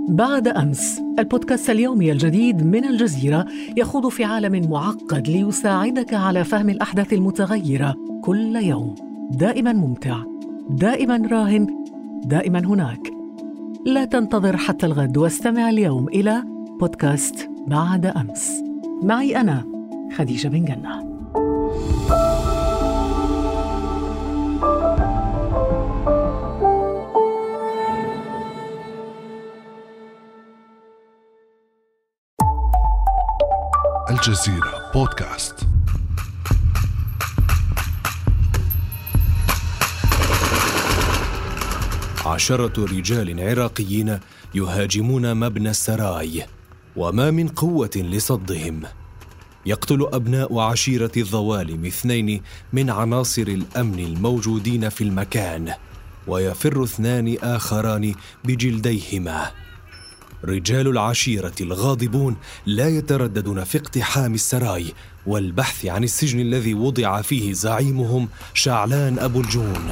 بعد أمس، البودكاست اليومي الجديد من الجزيرة يخوض في عالم معقد ليساعدك على فهم الأحداث المتغيرة كل يوم. دائما ممتع، دائما راهن، دائما هناك. لا تنتظر حتى الغد واستمع اليوم إلى بودكاست بعد أمس. معي أنا خديجة بن جنة. الجزيرة بودكاست. عشرة رجال عراقيين يهاجمون مبنى السراي، وما من قوة لصدهم. يقتل أبناء عشيرة الظوالم 2 من عناصر الأمن الموجودين في المكان، ويفر 2 آخران بجلديهما. رجال العشيرة الغاضبون لا يترددون في اقتحام السراي والبحث عن السجن الذي وضع فيه زعيمهم شعلان أبو الجون.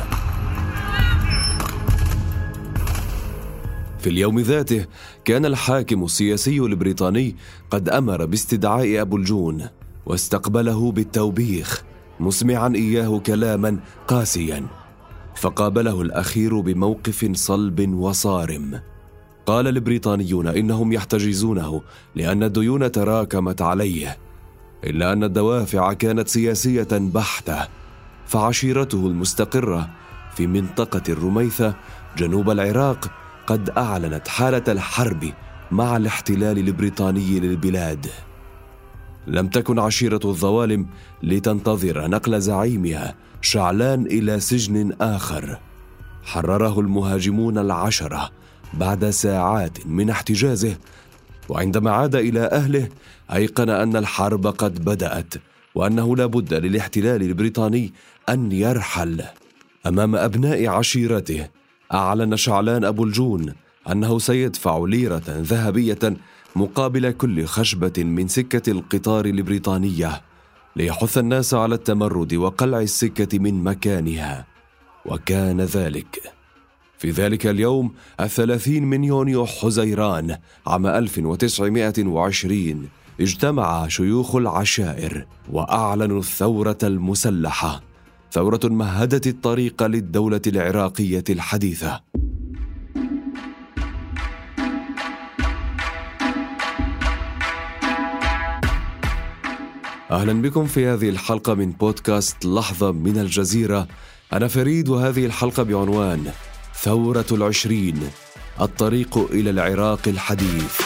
في اليوم ذاته كان الحاكم السياسي البريطاني قد أمر باستدعاء أبو الجون، واستقبله بالتوبيخ مسمعا إياه كلاما قاسيا، فقابله الأخير بموقف صلب وصارم. قال البريطانيون إنهم يحتجزونه لأن الديون تراكمت عليه، إلا أن الدوافع كانت سياسية بحتة. فعشيرته المستقرة في منطقة الرميثة جنوب العراق قد أعلنت حالة الحرب مع الاحتلال البريطاني للبلاد. لم تكن عشيرة الظوالم لتنتظر نقل زعيمها شعلان إلى سجن آخر. حرره المهاجمون 10 بعد ساعات من احتجازه، وعندما عاد إلى أهله أيقن أن الحرب قد بدأت، وأنه لا بد للاحتلال البريطاني أن يرحل. أمام أبناء عشيرته أعلن شعلان أبو الجون أنه سيدفع ليرة ذهبية مقابل كل خشبة من سكة القطار البريطانية ليحث الناس على التمرد وقلع السكة من مكانها. وكان ذلك. في ذلك اليوم 30 من يونيو حزيران عام 1920 اجتمع شيوخ العشائر وأعلنوا الثورة المسلحة، ثورة مهدت الطريق للدولة العراقية الحديثة. أهلا بكم في هذه الحلقة من بودكاست لحظة من الجزيرة. أنا فريد، وهذه الحلقة بعنوان ثورة 20، الطريق إلى العراق الحديث.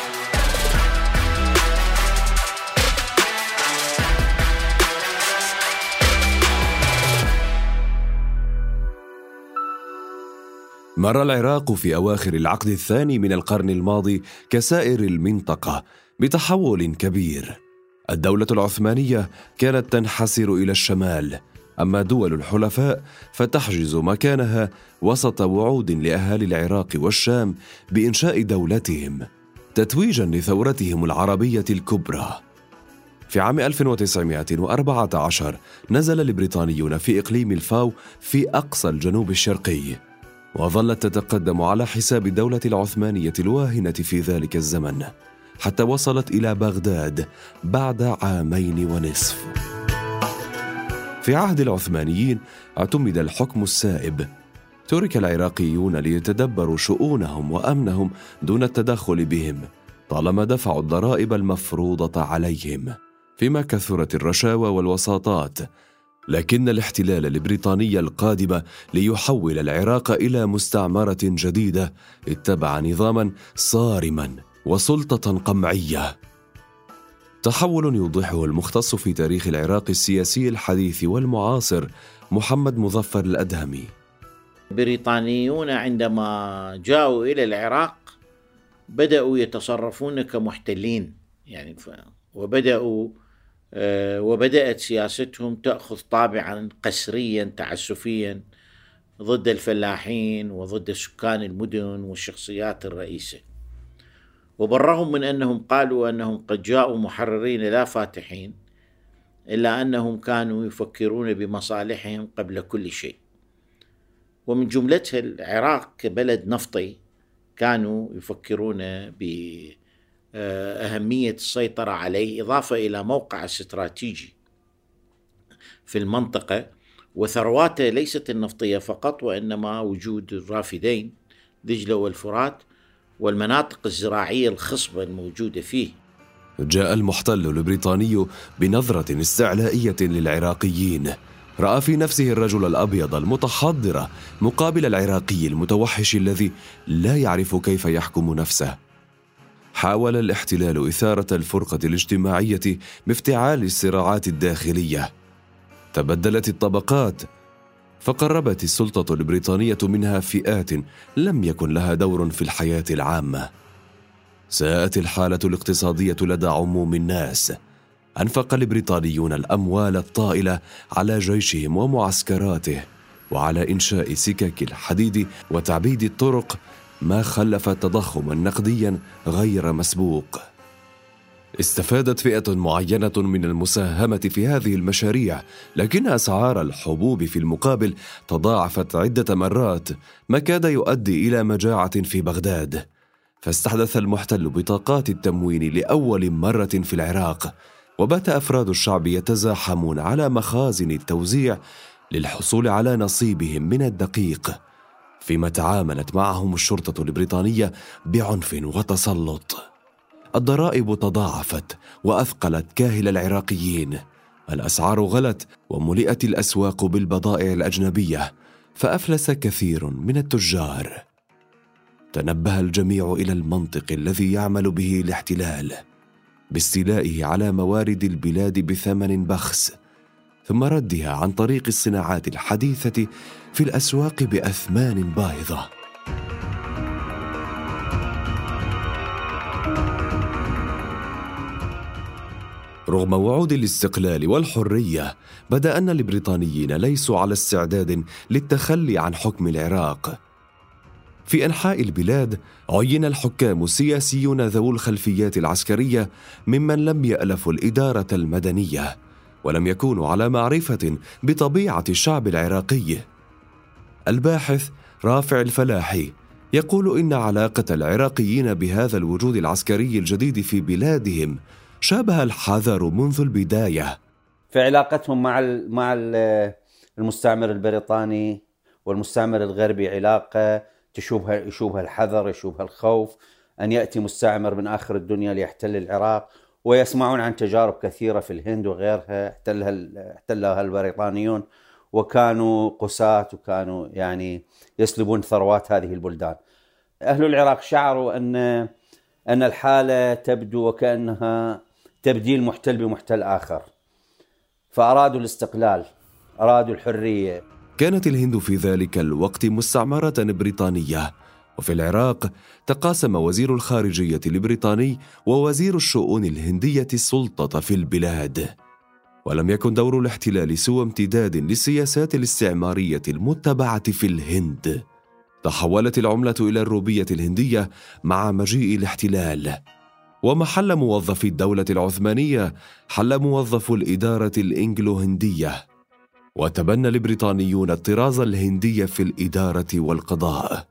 مر العراق في أواخر العقد الثاني من القرن الماضي كسائر المنطقة بتحول كبير. الدولة العثمانية كانت تنحسر إلى الشمال، أما دول الحلفاء فتحجز مكانها وسط وعود لأهالي العراق والشام بإنشاء دولتهم تتويجا لثورتهم العربية الكبرى. في عام 1914 نزل البريطانيون في إقليم الفاو في أقصى الجنوب الشرقي، وظلت تتقدم على حساب الدولة العثمانية الواهنة في ذلك الزمن حتى وصلت إلى بغداد بعد 2.5 عام. في عهد العثمانيين اعتمد الحكم السائب، ترك العراقيون ليتدبروا شؤونهم وأمنهم دون التدخل بهم طالما دفعوا الضرائب المفروضة عليهم، فيما كثرت الرشاوى والوساطات. لكن الاحتلال البريطاني القادم ليحول العراق إلى مستعمرة جديدة اتبع نظاما صارما وسلطة قمعية. تحول يوضحه المختص في تاريخ العراق السياسي الحديث والمعاصر محمد مظفر الأدهمي. البريطانيون عندما جاءوا إلى العراق بدأوا يتصرفون كمحتلين، يعني وبدأت سياستهم تأخذ طابعا قسريا تعسفيا ضد الفلاحين وضد سكان المدن والشخصيات الرئيسة. وبالرغم من أنهم قالوا أنهم قد جاءوا محررين لا فاتحين، إلا أنهم كانوا يفكرون بمصالحهم قبل كل شيء. ومن جملتها العراق كبلد نفطي كانوا يفكرون بأهمية السيطرة عليه، إضافة إلى موقع استراتيجي في المنطقة وثرواته ليست النفطية فقط، وإنما وجود الرافدين دجلة والفرات والمناطق الزراعية الخصبة الموجودة فيه. جاء المحتل البريطاني بنظرة استعلائية للعراقيين، رأى في نفسه الرجل الأبيض المتحضر مقابل العراقي المتوحش الذي لا يعرف كيف يحكم نفسه. حاول الاحتلال إثارة الفرقة الاجتماعية بافتعال الصراعات الداخلية. تبدلت الطبقات، فقربت السلطة البريطانية منها فئات لم يكن لها دور في الحياة العامة. ساءت الحالة الاقتصادية لدى عموم الناس. أنفق البريطانيون الأموال الطائلة على جيشهم ومعسكراته وعلى إنشاء سكك الحديد وتعبيد الطرق، ما خلف تضخما نقديا غير مسبوق. استفادت فئة معينة من المساهمة في هذه المشاريع، لكن أسعار الحبوب في المقابل تضاعفت عدة مرات، ما كاد يؤدي إلى مجاعة في بغداد. فاستحدث المحتل بطاقات التموين لأول مرة في العراق، وبات أفراد الشعب يتزاحمون على مخازن التوزيع للحصول على نصيبهم من الدقيق، فيما تعاملت معهم الشرطة البريطانية بعنف وتسلط. الضرائب تضاعفت وأثقلت كاهل العراقيين، الأسعار غلت وملئت الأسواق بالبضائع الأجنبية، فأفلس كثير من التجار. تنبه الجميع إلى المنطق الذي يعمل به الاحتلال باستيلائه على موارد البلاد بثمن بخس، ثم ردها عن طريق الصناعات الحديثة في الأسواق بأثمان باهظة. رغم وعود الاستقلال والحرية، بدا أن البريطانيين ليسوا على استعداد للتخلي عن حكم العراق. في أنحاء البلاد عين الحكام السياسيون ذوو الخلفيات العسكرية ممن لم يألفوا الإدارة المدنية، ولم يكونوا على معرفة بطبيعة الشعب العراقي. الباحث رافع الفلاحي يقول إن علاقة العراقيين بهذا الوجود العسكري الجديد في بلادهم شابه الحذر منذ البداية. في علاقتهم مع المستعمر البريطاني والمستعمر الغربي علاقة يشوبها الحذر، يشوبها الخوف أن يأتي مستعمر من آخر الدنيا ليحتل العراق، ويسمعون عن تجارب كثيرة في الهند وغيرها احتلها البريطانيون، وكانوا قساة وكانوا يعني يسلبون ثروات هذه البلدان. أهل العراق شعروا أن الحالة تبدو وكأنها تبديل محتل بمحتل آخر، فأرادوا الاستقلال، أرادوا الحرية. كانت الهند في ذلك الوقت مستعمرة بريطانية، وفي العراق تقاسم وزير الخارجية البريطاني ووزير الشؤون الهندية السلطة في البلاد. ولم يكن دور الاحتلال سوى امتداد للسياسات الاستعمارية المتبعة في الهند. تحولت العملة إلى الروبية الهندية مع مجيء الاحتلال، ومحل موظفي الدولة العثمانية حل موظف الإدارة الإنجلو هندية، وتبنى البريطانيون الطراز الهندي في الإدارة والقضاء.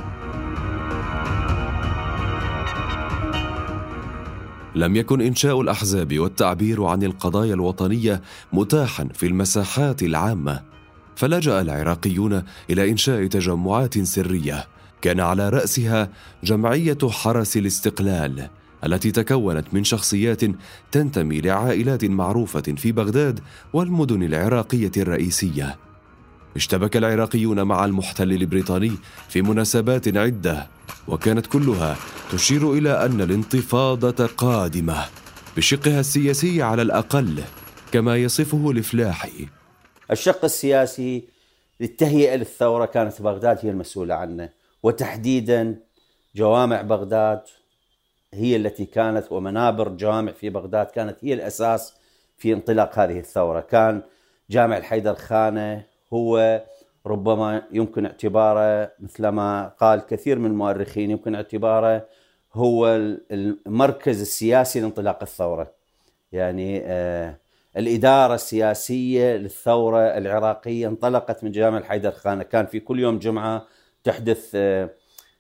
لم يكن إنشاء الأحزاب والتعبير عن القضايا الوطنية متاحا في المساحات العامة، فلجأ العراقيون إلى إنشاء تجمعات سرية كان على رأسها جمعية حرس الاستقلال، التي تكونت من شخصيات تنتمي لعائلات معروفة في بغداد والمدن العراقية الرئيسية. اشتبك العراقيون مع المحتل البريطاني في مناسبات عدة، وكانت كلها تشير إلى أن الانتفاضة قادمة بشقها السياسي على الأقل، كما يصفه الفلاحي. الشق السياسي للتهيئة للثورة كانت بغداد هي المسؤولة عنه، وتحديدا جوامع بغداد هي التي كانت، ومنابر جوامع في بغداد كانت هي الأساس في انطلاق هذه الثورة. كان جامع الحيدر خانة هو ربما يمكن اعتباره، مثلما قال كثير من المؤرخين، يمكن اعتباره هو المركز السياسي لانطلاق الثورة. يعني الإدارة السياسية للثورة العراقية انطلقت من جامع الحيدر خانة. كان في كل يوم جمعة تحدث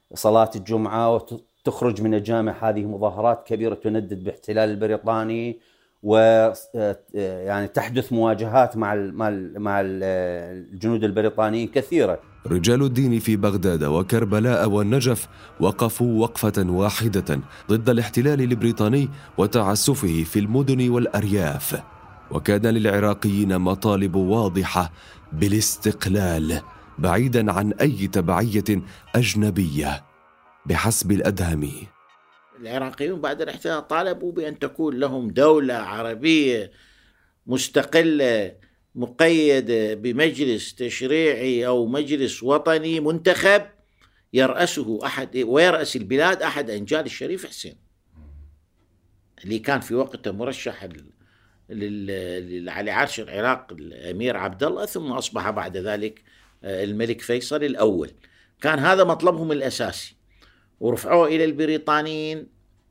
صلاة الجمعة وتخرج من الجامع. هذه مظاهرات كبيرة تندد باحتلال البريطاني، ويعني تحدث مواجهات مع الجنود البريطانيين كثيرة. رجال الدين في بغداد وكربلاء والنجف وقفوا وقفة واحدة ضد الاحتلال البريطاني وتعسفه في المدن والأرياف، وكان للعراقيين مطالب واضحة بالاستقلال بعيدا عن أي تبعية أجنبية. بحسب الأدهمي، العراقيون بعد الاحتلال طالبوا بأن تكون لهم دولة عربية مستقلة مقيدة بمجلس تشريعي أو مجلس وطني منتخب يرأسه ويرأس البلاد أحد أنجال الشريف حسين، اللي كان في وقته مرشح على عرش العراق الأمير عبد الله، ثم أصبح بعد ذلك الملك فيصل الأول. كان هذا مطلبهم الأساسي، ورفعوه إلى البريطانيين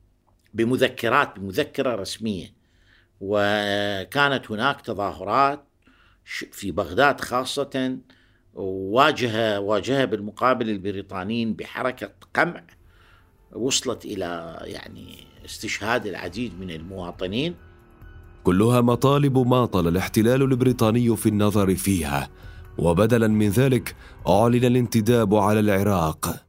بمذكرة رسمية. وكانت هناك تظاهرات في بغداد خاصة، واجه بالمقابل البريطانيين بحركة قمع وصلت إلى استشهاد العديد من المواطنين. كلها مطالب ماطل الاحتلال البريطاني في النظر فيها، وبدلا من ذلك أعلن الانتداب على العراق.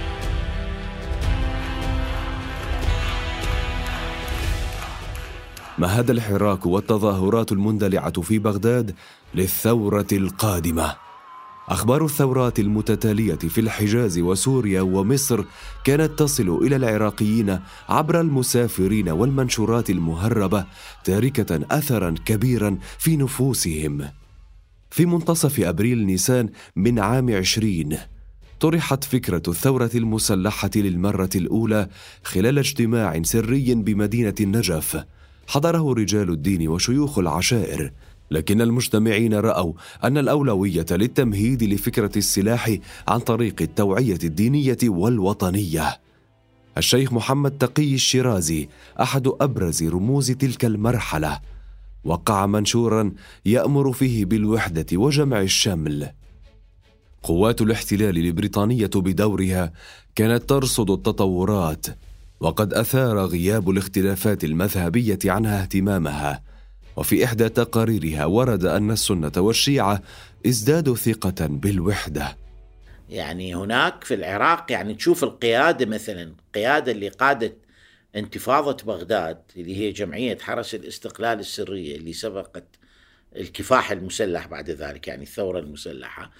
مهد الحراك والتظاهرات المندلعة في بغداد للثورة القادمة. أخبار الثورات المتتالية في الحجاز وسوريا ومصر كانت تصل إلى العراقيين عبر المسافرين والمنشورات المهربة، تاركة أثراً كبيراً في نفوسهم. في منتصف أبريل نيسان من عام 20 طرحت فكرة الثورة المسلحة للمرة الأولى خلال اجتماع سري بمدينة النجف حضره رجال الدين وشيوخ العشائر، لكن المجتمعين رأوا أن الأولوية للتمهيد لفكرة السلاح عن طريق التوعية الدينية والوطنية. الشيخ محمد تقي الشيرازي أحد أبرز رموز تلك المرحلة وقع منشوراً يأمر فيه بالوحدة وجمع الشمل. قوات الاحتلال البريطانية بدورها كانت ترصد التطورات، وقد أثار غياب الاختلافات المذهبية عنها اهتمامها. وفي إحدى تقاريرها ورد أن السنة والشيعة ازدادوا ثقة بالوحدة. هناك في العراق تشوف القيادة، مثلا القيادة اللي قادت انتفاضة بغداد اللي هي جمعية حرس الاستقلال السرية اللي سبقت الكفاح المسلح بعد ذلك، الثورة المسلحة،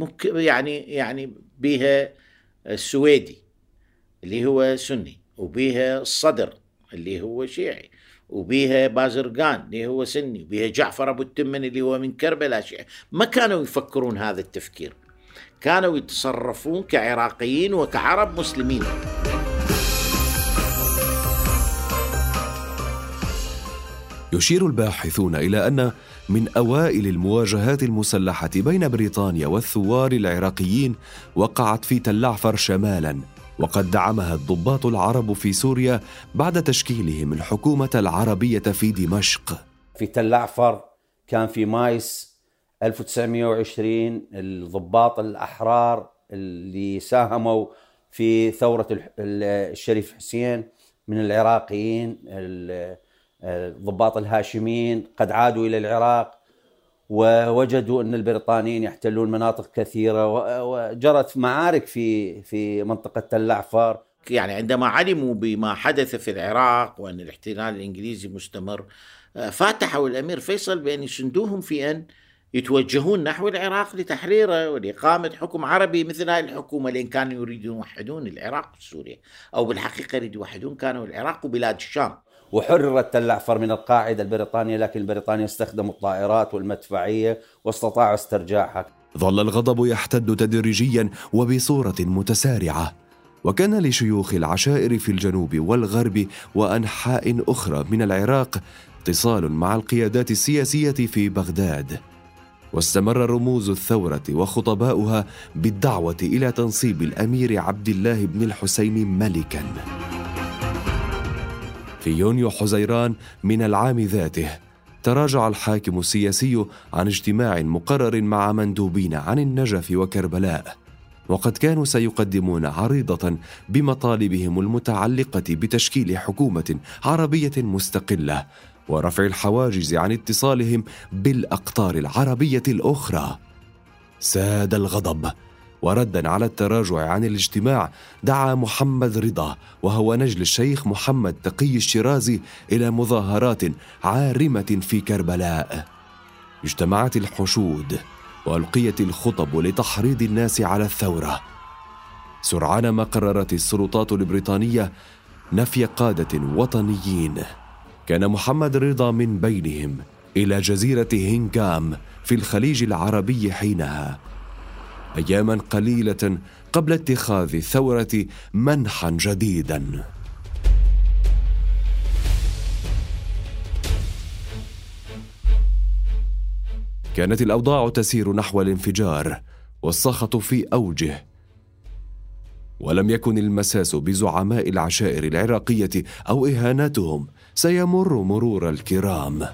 بها السويدي اللي هو سني، وبها الصدر اللي هو شيعي، وبها بازرقان اللي هو سني، وبها جعفر أبو التمن اللي هو من كربلاء شيعي. ما كانوا يفكرون هذا التفكير، كانوا يتصرفون كعراقيين وكعرب مسلمين. يشير الباحثون إلى أن من أوائل المواجهات المسلحة بين بريطانيا والثوار العراقيين وقعت في تل عفر شمالاً، وقد دعمها الضباط العرب في سوريا بعد تشكيلهم الحكومة العربية في دمشق. في تل عفر كان في مايس 1920 الضباط الأحرار اللي ساهموا في ثورة الشريف حسين من العراقيين، الضباط الهاشميين قد عادوا إلى العراق ووجدوا أن البريطانيين يحتلون مناطق كثيرة، وجرت معارك في منطقة تل عفر. عندما علموا بما حدث في العراق وأن الاحتلال الإنجليزي مستمر، فاتحوا الأمير فيصل بأن يسندوهم في أن يتوجهون نحو العراق لتحريره ولإقامة حكم عربي مثل هذه الحكومة، لأن كانوا يريدون يوحدون العراق وسوريا، أو بالحقيقة يريدون يوحدون كانوا العراق وبلاد الشام. وحررت تل عفر من القاعدة البريطانية، لكن البريطانيين استخدموا الطائرات والمدفعية واستطاعوا استرجاعها. ظل الغضب يحتد تدريجيا وبصورة متسارعة، وكان لشيوخ العشائر في الجنوب والغرب وأنحاء أخرى من العراق اتصال مع القيادات السياسية في بغداد. واستمر رموز الثورة وخطباؤها بالدعوة إلى تنصيب الأمير عبد الله بن الحسين ملكاً. في يونيو حزيران من العام ذاته تراجع الحاكم السياسي عن اجتماع مقرر مع مندوبين عن النجف وكربلاء، وقد كانوا سيقدمون عريضة بمطالبهم المتعلقة بتشكيل حكومة عربية مستقلة ورفع الحواجز عن اتصالهم بالأقطار العربية الأخرى. ساد الغضب، وردا على التراجع عن الاجتماع دعا محمد رضا وهو نجل الشيخ محمد تقي الشيرازي إلى مظاهرات عارمة في كربلاء. اجتمعت الحشود وألقيت الخطب لتحريض الناس على الثورة. سرعان ما قررت السلطات البريطانية نفي قادة وطنيين كان محمد رضا من بينهم إلى جزيرة هينغام في الخليج العربي حينها، أياما قليلة قبل اتخاذ الثورة منحا جديدا. كانت الأوضاع تسير نحو الانفجار والسخط في أوجه، ولم يكن المساس بزعماء العشائر العراقية أو إهانتهم سيمر مرور الكرام.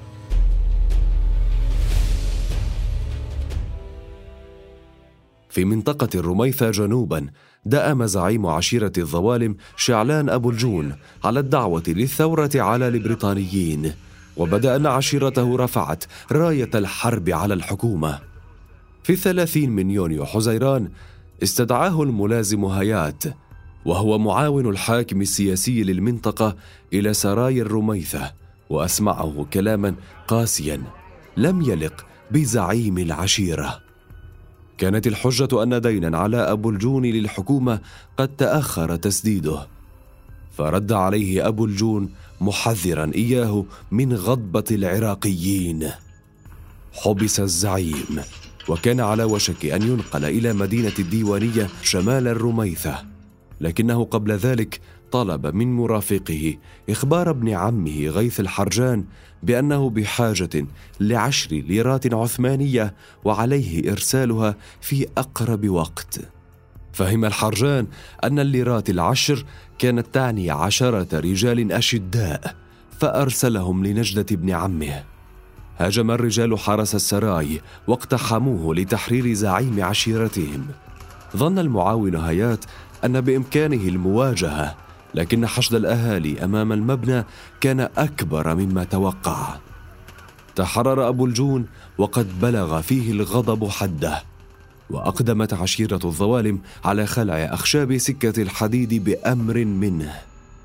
في منطقة الرميثة جنوبا دأم زعيم عشيرة الظوالم شعلان أبو الجون على الدعوة للثورة على البريطانيين، وبدأ أن عشيرته رفعت راية الحرب على الحكومة. في 30 من يونيو حزيران استدعاه الملازم هيات وهو معاون الحاكم السياسي للمنطقة إلى سراي الرميثة، وأسمعه كلاما قاسيا لم يلق بزعيم العشيرة. كانت الحجة أن دينا على أبو الجون للحكومة قد تأخر تسديده، فرد عليه أبو الجون محذرا إياه من غضبة العراقيين. حبس الزعيم وكان على وشك أن ينقل إلى مدينة الديوانية شمال الرميثة، لكنه قبل ذلك طلب من مرافقه إخبار ابن عمه غيث الحرجان بأنه بحاجة ل10 ليرات عثمانية وعليه إرسالها في أقرب وقت. فهم الحرجان أن الليرات 10 كانت تعني 10 رجال أشداء، فأرسلهم لنجدة ابن عمه. هاجم الرجال حرس السراي واقتحموه لتحرير زعيم عشيرتهم. ظن المعاون هيات أن بإمكانه المواجهة، لكن حشد الأهالي أمام المبنى كان أكبر مما توقع. تحرر أبو الجون وقد بلغ فيه الغضب حده، وأقدمت عشيرة الظوالم على خلع أخشاب سكة الحديد بأمر منه.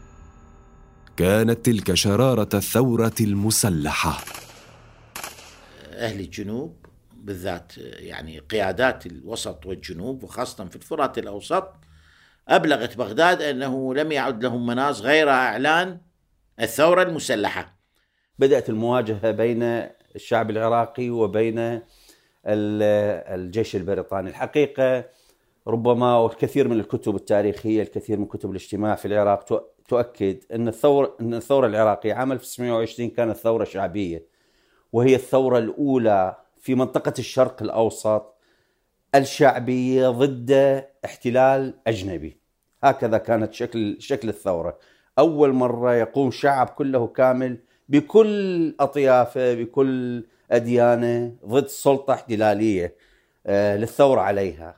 كانت تلك شرارة الثورة المسلحة. أهل الجنوب بالذات، يعني قيادات الوسط والجنوب وخاصة في الفرات الأوسط، أبلغت بغداد أنه لم يعد لهم مناص غير إعلان الثورة المسلحة. بدأت المواجهة بين الشعب العراقي وبين الجيش البريطاني. الحقيقة ربما والكثير من الكتب التاريخية، الكثير من كتب الاجتماع في العراق تؤكد أن الثورة العراقية عام 1920 كانت ثورة شعبية، وهي الثورة الأولى في منطقة الشرق الأوسط الشعبية ضد احتلال أجنبي. هكذا كانت شكل الثورة. أول مرة يقوم شعب كله كامل بكل أطيافه بكل أديانه ضد سلطة احتلالية للثورة عليها.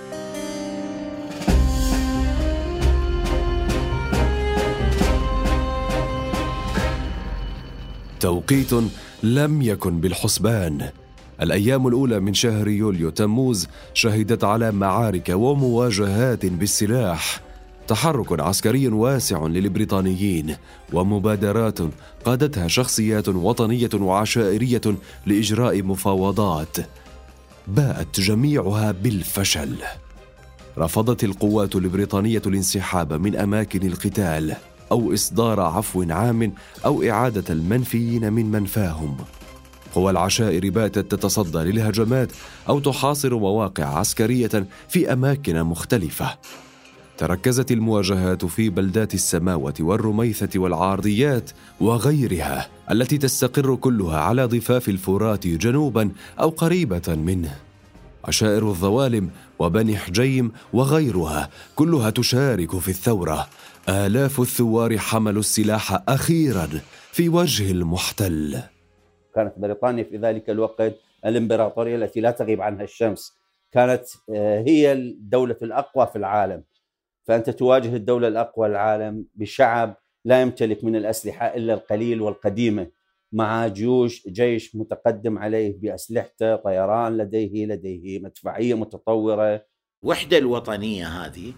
توقيت لم يكن بالحسبان. الأيام الأولى من شهر يوليو تموز شهدت على معارك ومواجهات بالسلاح، تحرك عسكري واسع للبريطانيين، ومبادرات قادتها شخصيات وطنية وعشائرية لإجراء مفاوضات باءت جميعها بالفشل. رفضت القوات البريطانية الانسحاب من أماكن القتال أو إصدار عفو عام أو إعادة المنفيين من منفاهم. قوى العشائر باتت تتصدى للهجمات أو تحاصر مواقع عسكرية في أماكن مختلفة. تركزت المواجهات في بلدات السماوة والرميثة والعارضيات وغيرها، التي تستقر كلها على ضفاف الفرات جنوبا أو قريبة منه. عشائر الظوالم وبني حجيم وغيرها كلها تشارك في الثورة. آلاف الثوار حملوا السلاح أخيرا في وجه المحتل. كانت بريطانيا في ذلك الوقت الإمبراطورية التي لا تغيب عنها الشمس، كانت هي الدولة الأقوى في العالم. فأنت تواجه الدولة الأقوى العالم بشعب لا يمتلك من الأسلحة إلا القليل والقديمة، مع جيش متقدم عليه بأسلحته، طيران لديه مدفعية متطورة. وحدة الوطنية هذه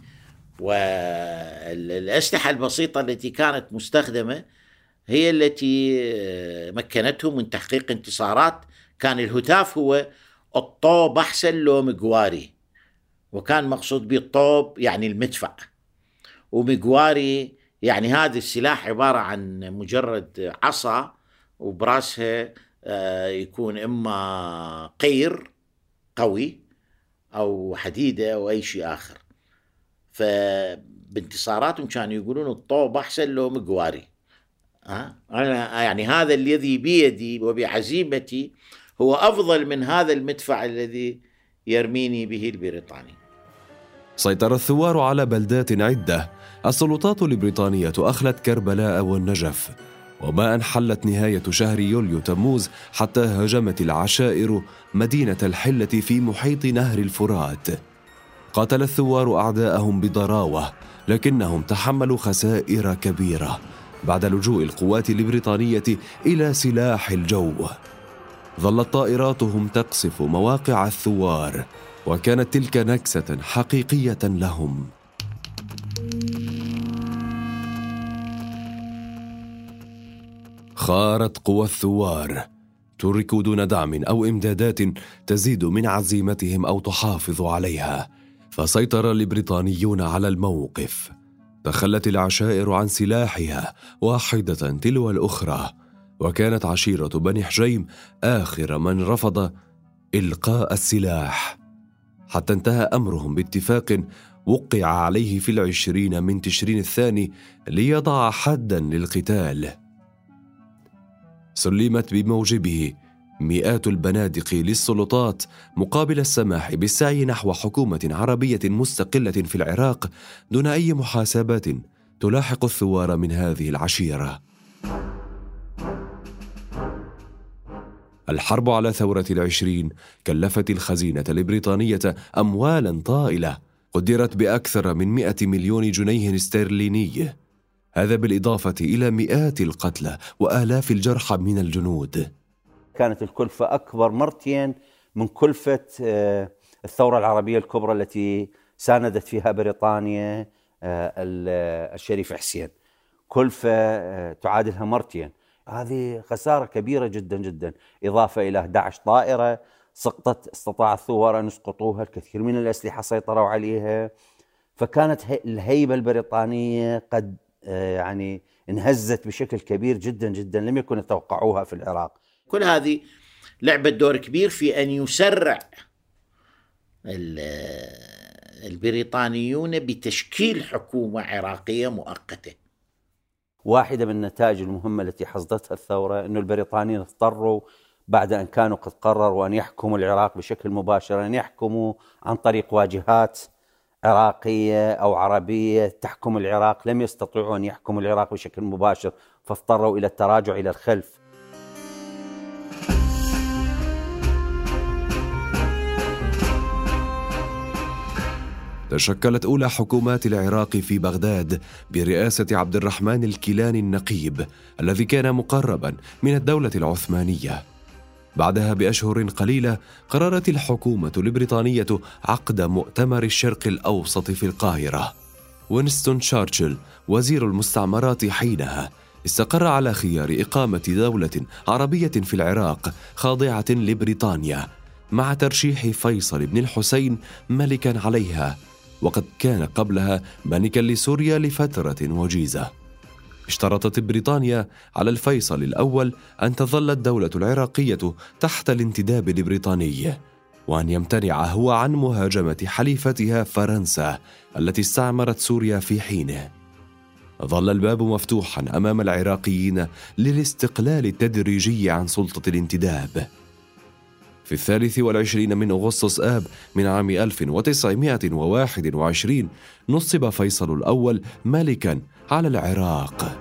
والأسلحة البسيطة التي كانت مستخدمة هي التي مكنتهم من تحقيق انتصارات. كان الهتاف هو الطوب أحسن لو مقواري، وكان مقصود بالطوب يعني المدفع، ومقواري يعني هذا السلاح عبارة عن مجرد عصا وبراسها يكون إما قير قوي أو حديدة أو أي شيء آخر. فبانتصاراتهم كانوا يقولون الطوب أحسن لو مقواري. أنا يعني هذا الذي بيدي وبعزيمتي هو أفضل من هذا المدفع الذي يرميني به البريطاني. سيطر الثوار على بلدات عدة. السلطات البريطانية أخلت كربلاء والنجف، وما أن حلت نهاية شهر يوليو تموز حتى هاجمت العشائر مدينة الحلة في محيط نهر الفرات. قاتل الثوار أعداءهم بضراوة، لكنهم تحملوا خسائر كبيرة بعد لجوء القوات البريطانية إلى سلاح الجو. ظلت طائراتهم تقصف مواقع الثوار، وكانت تلك نكسة حقيقية لهم. خارت قوى الثوار، تركوا دون دعم أو إمدادات تزيد من عزيمتهم أو تحافظ عليها، فسيطر البريطانيون على الموقف. تخلت العشائر عن سلاحها واحدة تلو الأخرى، وكانت عشيرة بني حجيم آخر من رفض إلقاء السلاح، حتى انتهى أمرهم باتفاق وقع عليه في 20 من تشرين الثاني ليضع حداً للقتال. سلمت بموجبه مئات البنادق للسلطات مقابل السماح بالسعي نحو حكومة عربية مستقلة في العراق دون أي محاسبات تلاحق الثوار من هذه العشيرة. الحرب على ثورة 20 كلفت الخزينة البريطانية أموالاً طائلة قدرت بأكثر من 100 مليون جنيه استرليني، هذا بالإضافة إلى مئات القتلى وآلاف الجرحى من الجنود. كانت الكلفة أكبر مرتين من كلفة الثورة العربية الكبرى التي ساندت فيها بريطانيا الشريف حسين، كلفة تعادلها مرتين. هذه خسارة كبيرة جدا جدا، إضافة إلى 11 طائرة سقطت، استطاع الثوار أن يسقطوها، الكثير من الأسلحة سيطروا عليها. فكانت الهيبة البريطانية قد يعني انهزت بشكل كبير جدا جدا لم يكن يتوقعوها في العراق. كل هذه لعبت دور كبير في أن يسرع البريطانيون بتشكيل حكومة عراقية مؤقتة. واحدة من النتائج المهمة التي حصدتها الثورة أن البريطانيين اضطروا بعد أن كانوا قد قرروا أن يحكموا العراق بشكل مباشر أن يحكموا عن طريق واجهات عراقية أو عربية تحكم العراق، لم يستطيعوا أن يحكموا العراق بشكل مباشر، فاضطروا إلى التراجع إلى الخلف. تشكلت أولى حكومات العراق في بغداد برئاسة عبد الرحمن الكيلاني النقيب الذي كان مقربا من الدولة العثمانية. بعدها بأشهر قليلة قررت الحكومة البريطانية عقد مؤتمر الشرق الأوسط في القاهرة. وينستون تشرشل وزير المستعمرات حينها استقر على خيار إقامة دولة عربية في العراق خاضعة لبريطانيا، مع ترشيح فيصل بن الحسين ملكا عليها، وقد كان قبلها ملكا لسوريا لفترة وجيزة. اشترطت بريطانيا على الفيصل الأول أن تظل الدولة العراقية تحت الانتداب البريطاني، وأن يمتنع هو عن مهاجمة حليفتها فرنسا التي استعمرت سوريا في حينه. ظل الباب مفتوحا أمام العراقيين للاستقلال التدريجي عن سلطة الانتداب. في 23 من أغسطس آب من عام 1921 نصب فيصل الأول ملكا على العراق.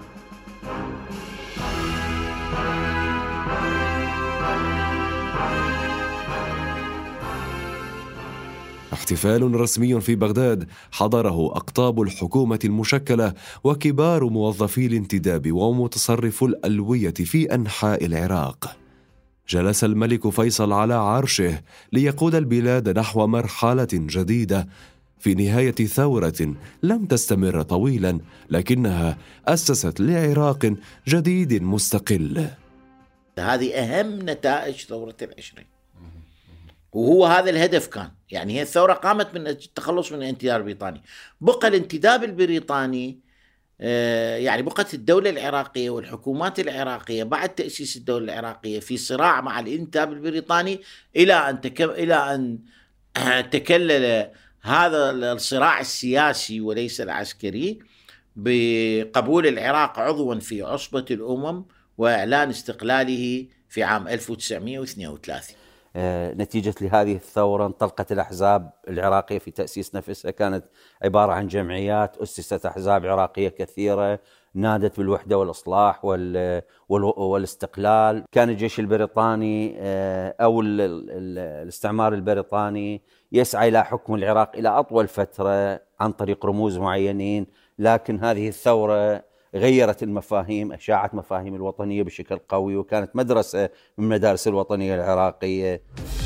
احتفال رسمي في بغداد حضره أقطاب الحكومة المشكلة وكبار موظفي الانتداب ومتصرف الألوية في أنحاء العراق. جلس الملك فيصل على عرشه ليقود البلاد نحو مرحلة جديدة في نهاية ثورة لم تستمر طويلا، لكنها أسست لعراق جديد مستقل. هذه أهم نتائج ثورة 20، وهو هذا الهدف كان. يعني هي الثورة قامت من التخلص من الانتداب البريطاني، بقى الانتداب البريطاني، يعني بقت الدولة العراقية والحكومات العراقية بعد تأسيس الدولة العراقية في صراع مع الانتداب البريطاني إلى أن تكلل هذا الصراع السياسي وليس العسكري بقبول العراق عضوا في عصبة الأمم وإعلان استقلاله في عام 1932. نتيجة لهذه الثورة انطلقت الأحزاب العراقية في تأسيس نفسها، كانت عبارة عن جمعيات، أسست أحزاب عراقية كثيرة نادت بالوحدة والإصلاح والاستقلال. كان الجيش البريطاني أو الاستعمار البريطاني يسعى إلى حكم العراق إلى أطول فترة عن طريق رموز معينين، لكن هذه الثورة غيرت المفاهيم، أشاعت مفاهيم الوطنية بشكل قوي، وكانت مدرسة من مدارس الوطنية العراقية.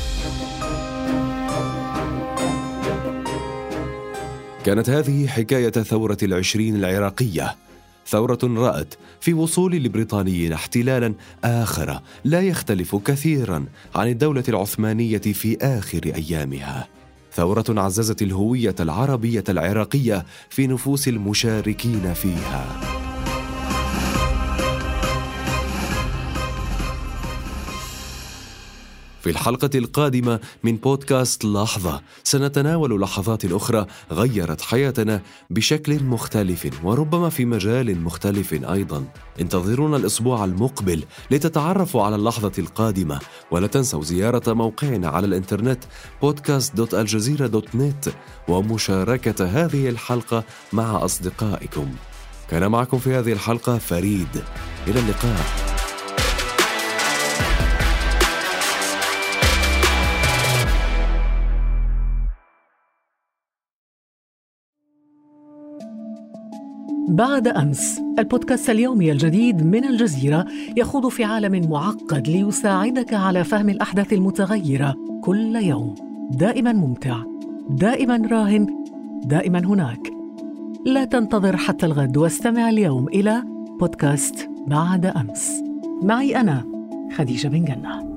كانت هذه حكاية ثورة 20 العراقية، ثورة رأت في وصول البريطانيين احتلالا آخر لا يختلف كثيرا عن الدولة العثمانية في آخر أيامها، ثورة عززت الهوية العربية العراقية في نفوس المشاركين فيها. في الحلقة القادمة من بودكاست لحظة سنتناول لحظات أخرى غيرت حياتنا بشكل مختلف وربما في مجال مختلف أيضا. انتظرونا الأسبوع المقبل لتتعرفوا على اللحظة القادمة، ولا تنسوا زيارة موقعنا على الإنترنت podcast.aljazeera.net ومشاركة هذه الحلقة مع أصدقائكم. كان معكم في هذه الحلقة فريد، إلى اللقاء. بعد أمس، البودكاست اليومي الجديد من الجزيرة يخوض في عالم معقد ليساعدك على فهم الأحداث المتغيرة كل يوم. دائما ممتع، دائما راهن، دائما هناك. لا تنتظر حتى الغد واستمع اليوم إلى بودكاست بعد أمس. معي أنا خديجة بن جنة.